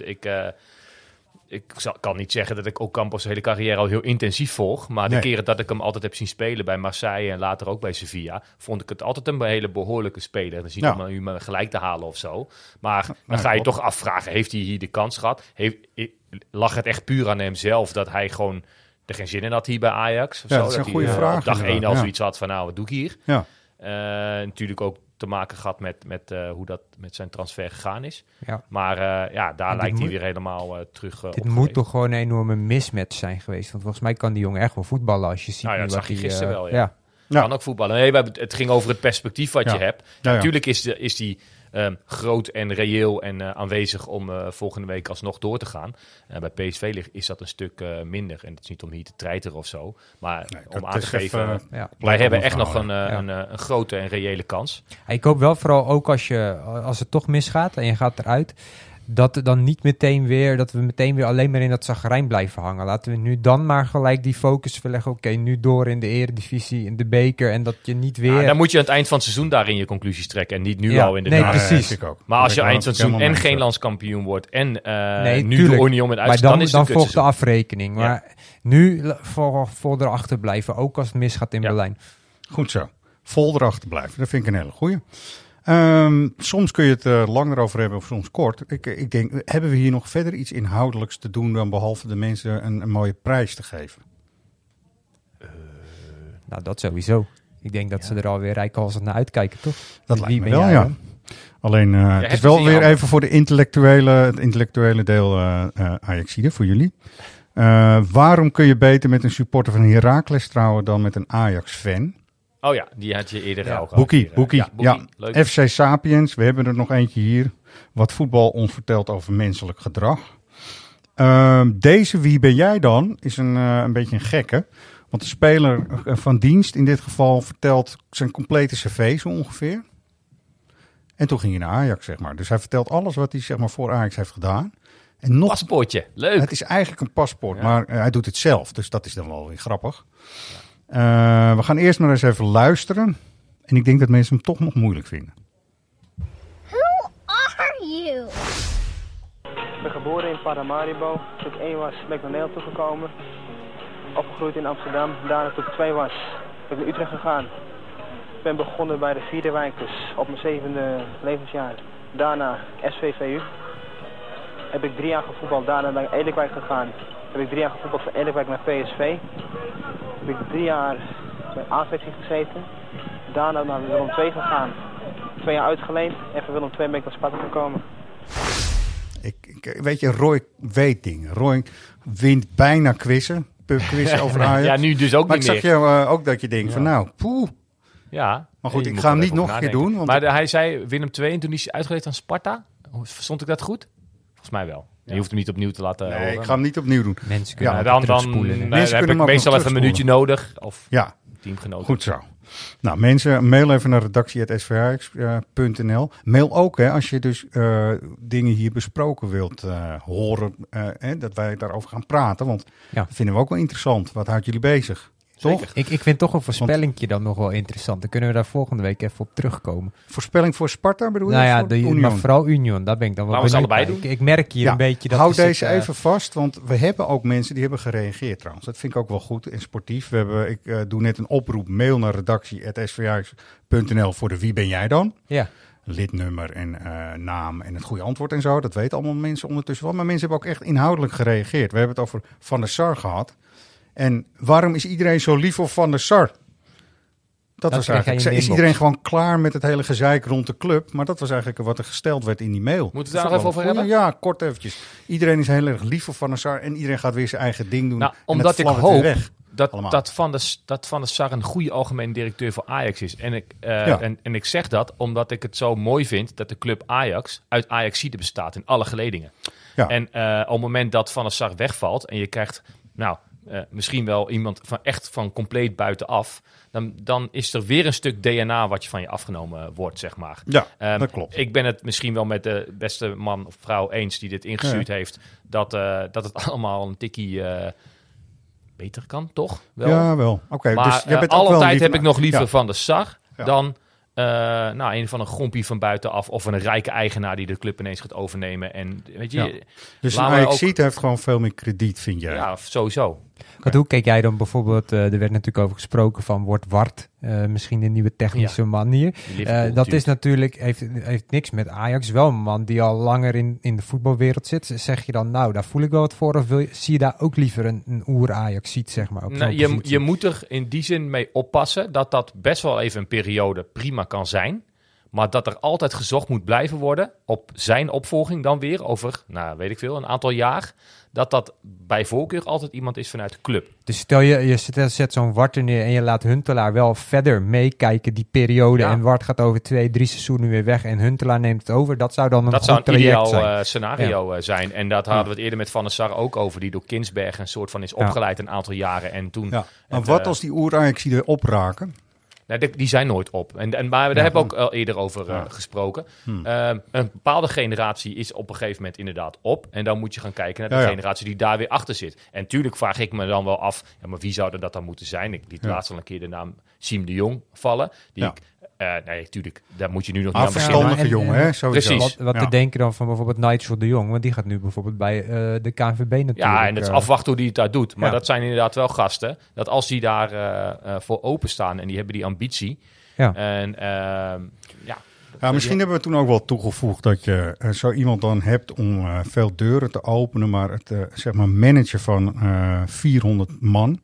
Ik kan niet zeggen dat ik ook Campos de hele carrière al heel intensief volg. Maar de keren dat ik hem altijd heb zien spelen bij Marseille en later ook bij Sevilla, vond ik het altijd een hele behoorlijke speler. Dat is niet om hem gelijk te halen of zo. Maar dan ga je toch afvragen, heeft hij hier de kans gehad? Lag het echt puur aan hemzelf dat hij gewoon er geen zin in had hier bij Ajax? Of zo? Dat is een goede vraag. Op dag 1 al zoiets had van, wat doe ik hier? Ja. Natuurlijk ook te maken gehad met hoe dat met zijn transfer gegaan is. Ja. Maar daar lijkt hij weer helemaal terug Dit moet toch gewoon een enorme mismatch zijn geweest. Want volgens mij kan die jongen echt wel voetballen als je ziet. Dat zag je gisteren wel, ja. Kan ook voetballen. Nee, het ging over het perspectief wat je hebt. Natuurlijk is die groot en reëel en aanwezig om volgende week alsnog door te gaan. Bij PSV is dat een stuk minder. En dat is niet om hier te treiteren of zo. Maar om aan te geven, wij hebben echt nog een grote en reële kans. Ik hoop wel vooral ook als het toch misgaat en je gaat eruit, dat we meteen weer alleen maar in dat zagrijn blijven hangen. Laten we nu dan maar gelijk die focus verleggen. Oké, nu door in de Eredivisie, in de beker. En dat je niet weer... dan moet je aan het eind van het seizoen daarin je conclusies trekken. En niet nu al in de Nee, precies. Maar als je eind van het seizoen en geen landskampioen wordt en nu de Union met uitslag, dan is het dan volgt de afrekening. Maar nu vol erachter blijven, ook als het misgaat in Berlijn. Goed zo. Vol erachter blijven. Dat vind ik een hele goeie. Soms kun je het lang erover hebben of soms kort. Ik denk, hebben we hier nog verder iets inhoudelijks te doen dan behalve de mensen een mooie prijs te geven? Nou, dat sowieso. Ik denk dat ze er alweer rijkhalsend naar uitkijken, toch? Dat lijkt me wel, ja. Alleen, het is wel weer even voor het intellectuele deel Ajaxide, voor jullie. Waarom kun je beter met een supporter van Heracles trouwen dan met een Ajax-fan? Oh ja, die had je eerder al gehad. Boekie. Leuk. FC Sapiens, we hebben er nog eentje hier. Wat voetbal ons vertelt over menselijk gedrag. Deze Wie ben jij dan? Is een beetje een gekke. Want de speler van dienst in dit geval vertelt zijn complete cv zo ongeveer. En toen ging hij naar Ajax, zeg maar. Dus hij vertelt alles wat hij zeg maar, voor Ajax heeft gedaan. En nog, paspoortje, leuk. Het is eigenlijk een paspoort, maar hij doet het zelf. Dus dat is dan wel weer grappig. We gaan eerst maar eens even luisteren. En ik denk dat mensen hem toch nog moeilijk vinden. Who are you? Ik ben geboren in Paramaribo. Toen ik 1 was, ben ik naar Nederland toegekomen. Opgegroeid in Amsterdam. Daarna toen ik 2 was, ben ik naar Utrecht gegaan. Ik ben begonnen bij de 4e wijk, dus op mijn 7e levensjaar. Daarna SVVU. Heb ik 3 jaar gevoetbald. Daarna ben ik naar Edekwijk gegaan. Heb ik 3 jaar gevoetbald van Edekwijk naar PSV. Heb ik 3 jaar bij A-sectie gezeten. Daarna naar Willem II gegaan. 2 jaar uitgeleend. En van Willem II ben ik naar Sparta gekomen. Weet je, Roy weet dingen. Roy wint bijna quizzen. Pubquizzen over Ajax. Ja, nu dus ook maar niet meer. Maar ik zag je ook dat je denkt van nou, poeh. Ja. Maar goed, ik ga hem niet nog een keer doen. Want maar hij zei Willem II en toen is hij uitgeleend aan Sparta. Verstond ik dat goed? Volgens mij wel. Je hoeft hem niet opnieuw te laten horen. Nee, ik ga hem niet opnieuw doen. Mensen kunnen dan heb ik meestal even een minuutje nodig. Of teamgenoten. Goed zo. Nou mensen, mail even naar redactie@svhx.nl. Mail ook als je dus dingen hier besproken wilt horen. Dat wij daarover gaan praten. Want dat vinden we ook wel interessant. Wat houdt jullie bezig? Toch? Ik vind toch een voorspellingje dan nog wel interessant. Dan kunnen we daar volgende week even op terugkomen. Voorspelling voor Sparta bedoel je? Nou ja, maar vooral Union. Daar ben ik dan wel benieuwd. Allebei doen. Ik merk hier een beetje dat... Houd deze even vast, want we hebben ook mensen die hebben gereageerd trouwens. Dat vind ik ook wel goed en sportief. Ik doe net een oproep. Mail naar redactie@svhx.nl voor de Wie ben jij dan? Ja. Lidnummer en naam en het goede antwoord en zo. Dat weten allemaal mensen ondertussen wel. Maar mensen hebben ook echt inhoudelijk gereageerd. We hebben het over Van der Sar gehad. En waarom is iedereen zo lief voor Van der Sar? Dat was eigenlijk. Is iedereen gewoon klaar met het hele gezeik rond de club? Maar dat was eigenlijk wat er gesteld werd in die mail. Moeten we daar nog even over hebben? Ja, kort eventjes. Iedereen is heel erg lief voor Van der Sar en iedereen gaat weer zijn eigen ding doen. Nou, omdat ik hoop dat Van der Sar een goede algemeen directeur voor Ajax is. En ik zeg dat omdat ik het zo mooi vind dat de club Ajax uit Ajaxiden bestaat in alle geledingen. Ja. En op het moment dat Van der Sar wegvalt en je krijgt... misschien wel iemand van compleet buitenaf. Dan is er weer een stuk DNA wat je van je afgenomen wordt, zeg maar. Ja, dat klopt. Ik ben het misschien wel met de beste man of vrouw eens die dit ingestuurd heeft. Dat het allemaal een tikkie beter kan, toch? Wel. Ja, wel. Oké, maar dus jij bent alle ook wel tijd liever, heb ik nog liever ja. Van der Sar dan... een van een grompie van buitenaf of een rijke eigenaar die de club ineens gaat overnemen. En weet je, ja. Dus een Ajaxiet heeft gewoon veel meer krediet, vind jij? Ja, sowieso. Okay. Hoe keek jij dan bijvoorbeeld, er werd natuurlijk over gesproken van wordt Ward misschien een nieuwe technische man hier. Dat is natuurlijk, heeft niks met Ajax, wel een man die al langer in de voetbalwereld zit. Zeg je dan, nou, daar voel ik wel wat voor, of zie je daar ook liever een oer-Ajaxiet, zeg maar? Op je moet er in die zin mee oppassen dat best wel even een periode prima kan zijn. Maar dat er altijd gezocht moet blijven worden op zijn opvolging dan weer over, weet ik veel, een aantal jaar. Dat bij voorkeur altijd iemand is vanuit de club. Dus stel je zet zo'n Ward er neer en je laat Huntelaar wel verder meekijken die periode. Ja. En Ward gaat over 2-3 seizoenen weer weg en Huntelaar neemt het over. Dat zou dan een ideaal scenario zijn. En dat hadden we het eerder met Van der Sar ook over. Die door Kinsberg een soort van is opgeleid een aantal jaren. En toen. Ja. Maar wat als die oer-Ajax die erop raken? Die zijn nooit op. Maar daar hebben we ook al eerder over gesproken. Een bepaalde generatie is op een gegeven moment inderdaad op. En dan moet je gaan kijken naar de generatie die daar weer achter zit. En natuurlijk vraag ik me dan wel af, maar wie zou dat dan moeten zijn? Ik liet laatst al een keer de naam Siem de Jong vallen. Natuurlijk, daar moet je nu nog niet aan beginnen. Verstandige jongen, hè? Sowieso. Precies. Wat te denken dan van bijvoorbeeld Nigel de Jong? Want die gaat nu bijvoorbeeld bij de KNVB natuurlijk. Ja, en het is afwachten hoe die het daar doet. Maar dat zijn inderdaad wel gasten. Dat als die daar voor openstaan en die hebben die ambitie. Ja. En misschien hebben we toen ook wel toegevoegd dat je zo iemand dan hebt om veel deuren te openen. Maar het managen van 400 man.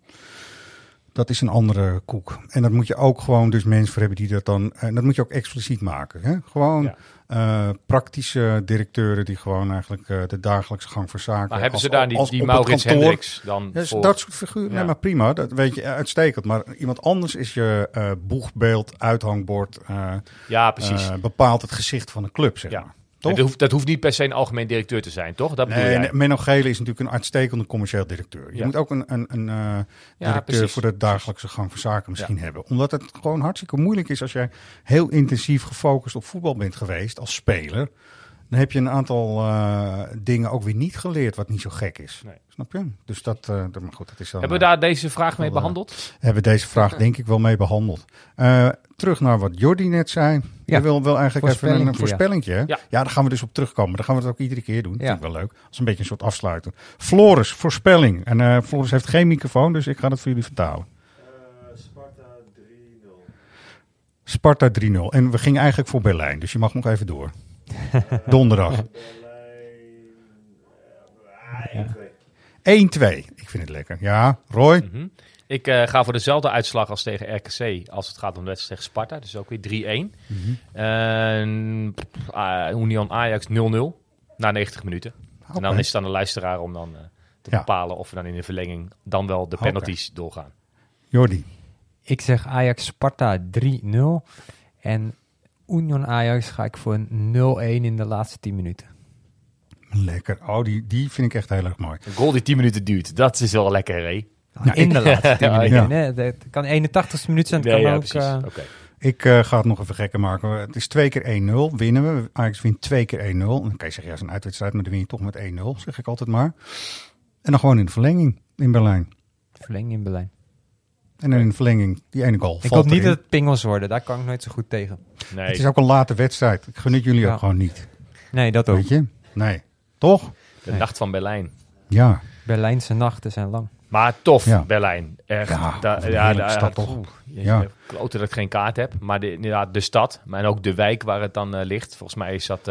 Dat is een andere koek. En dat moet je ook gewoon dus mensen voor hebben die dat dan... En dat moet je ook expliciet maken. Hè? Gewoon praktische directeuren die gewoon eigenlijk de dagelijkse gang van zaken... Maar hebben ze daar die Maurits Hendricks dan voor? Dat soort figuren, nee, maar prima. Dat weet je uitstekend. Maar iemand anders is je boegbeeld, uithangbord... precies. bepaalt het gezicht van een club, zeg maar. Toch? Dat hoeft niet per se een algemeen directeur te zijn, toch? Dat bedoel jij? Menno Gele is natuurlijk een uitstekende commercieel directeur. Je moet ook een directeur voor de dagelijkse gang van zaken misschien hebben. Omdat het gewoon hartstikke moeilijk is als jij heel intensief gefocust op voetbal bent geweest als speler. Dan heb je een aantal dingen ook weer niet geleerd, wat niet zo gek is. Nee. Snap je? Dus maar goed, dat is dan, hebben we daar deze vraag mee behandeld? Hebben we deze vraag denk ik wel mee behandeld. Terug naar wat Jordi net zei. Ja. Je wil eigenlijk even een voorspellingje. Ja. Ja, daar gaan we dus op terugkomen. Dan gaan we het ook iedere keer doen. Dat vind ik wel leuk. Als een beetje een soort afsluiter. Floris, voorspelling. En Floris heeft geen microfoon, dus ik ga het voor jullie vertalen. Sparta 3-0. En we gingen eigenlijk voor Berlijn, dus je mag nog even door. Donderdag. 1-2. Ik vind het lekker. Ja, Roy? Mm-hmm. Ik ga voor dezelfde uitslag als tegen RKC als het gaat om de wedstrijd tegen Sparta. Dus ook weer 3-1. Mm-hmm. Union Ajax 0-0 na 90 minuten. Okay. En dan is het aan de luisteraar om dan te bepalen of we dan in de verlenging dan wel de penalties doorgaan. Jordi? Ik zeg Ajax Sparta 3-0 en Union Ajax ga ik voor een 0-1 in de laatste 10 minuten. Lekker. Oh, die vind ik echt heel erg mooi. Een goal die 10 minuten duurt, dat is wel lekker, hè? Nou, in de laatste 10 minuten. Nee, het kan 81 minuten zijn. Het kan ook. Okay. Ik ga het nog even gekker maken. Het is 2 keer 1-0. Winnen we. Ajax wint 2 keer 1-0. Dan kan je zeggen, ja, is een uitwedstrijd, maar dan win je toch met 1-0. Zeg ik altijd maar. En dan gewoon in de verlenging in Berlijn. Verlenging in Berlijn. En dan in de verlenging, die ene goal. Ik hoop niet dat het pingels worden. Daar kan ik nooit zo goed tegen. Nee. Het is ook een late wedstrijd. Ik gun het jullie ook gewoon niet. Nee, dat ook. Weet je? Nee. Toch? De nacht van Berlijn. Ja. Berlijnse nachten zijn lang. Maar tof, Berlijn. Echt. Stad toch? Kloten dat ik geen kaart heb. Maar inderdaad de stad. Maar ook de wijk waar het dan ligt. Volgens mij is dat...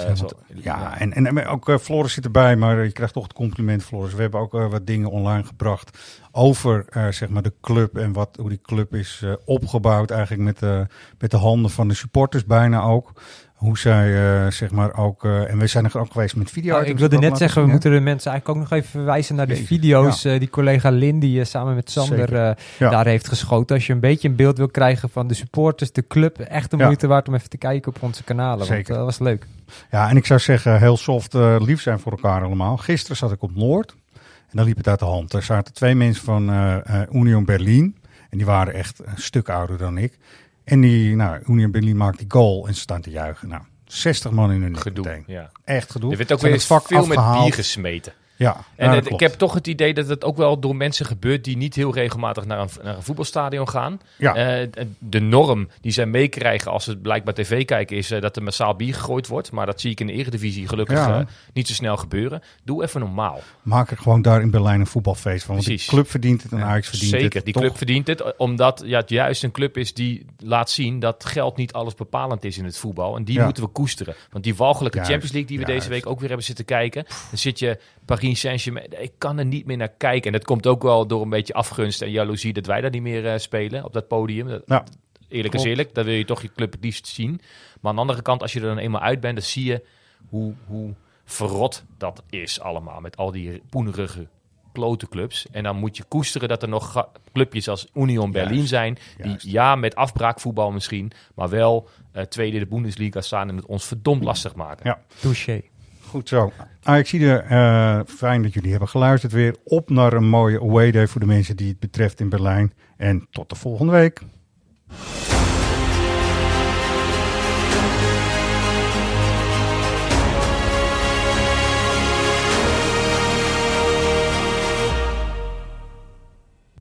En ook Floris zit erbij. Maar je krijgt toch het compliment, Floris. We hebben ook wat dingen online gebracht over zeg maar de club. En hoe die club is opgebouwd eigenlijk met de handen van de supporters bijna ook. Hoe zij zeg maar ook... en we zijn er ook geweest met video. Ik wilde net zeggen, we moeten de mensen eigenlijk ook nog even verwijzen naar de video's. Die collega Lindy samen met Sander daar heeft geschoten. Als je een beetje een beeld wil krijgen van de supporters, de club. Echt de moeite waard om even te kijken op onze kanalen. Zeker. Want dat was leuk. Ja, en ik zou zeggen, heel soft lief zijn voor elkaar allemaal. Gisteren zat ik op Noord. En dan liep het uit de hand. Er zaten 2 mensen van Union Berlin. En die waren echt een stuk ouder dan ik. En Union Berlin maakt die goal en ze staan te juichen. Nou, 60 man in hun nek meteen. Ja. Echt gedoe. Er werd ook weer veel met bier gesmeten. Ja, en ik heb toch het idee dat het ook wel door mensen gebeurt die niet heel regelmatig naar een voetbalstadion gaan. Ja. De norm die zij meekrijgen als het blijkbaar tv kijken is dat er massaal bier gegooid wordt. Maar dat zie ik in de Eredivisie gelukkig niet zo snel gebeuren. Doe even normaal. Maak er gewoon daar in Berlijn een voetbalfeest van. Want die club verdient het en Ajax verdient het. Zeker, die club verdient het. Omdat het juist een club is die laat zien dat geld niet alles bepalend is in het voetbal. En die moeten we koesteren. Want die walgelijke Champions League die we deze week ook weer hebben zitten kijken. Dan zit je Paris Saint-Germain, ik kan er niet meer naar kijken. En dat komt ook wel door een beetje afgunst en jaloezie dat wij daar niet meer spelen op dat podium. Eerlijk is eerlijk, dan wil je toch je club het liefst zien. Maar aan de andere kant, als je er dan eenmaal uit bent, dan zie je hoe verrot dat is allemaal. Met al die poenerige klote clubs. En dan moet je koesteren dat er nog clubjes als Union Berlin zijn. Die met afbraakvoetbal misschien, maar wel tweede de Bundesliga staan en het ons verdomd lastig maken. Ja, touché. Goed zo. Ik zie fijn dat jullie hebben geluisterd weer. Op naar een mooie away day voor de mensen die het betreft in Berlijn. En tot de volgende week.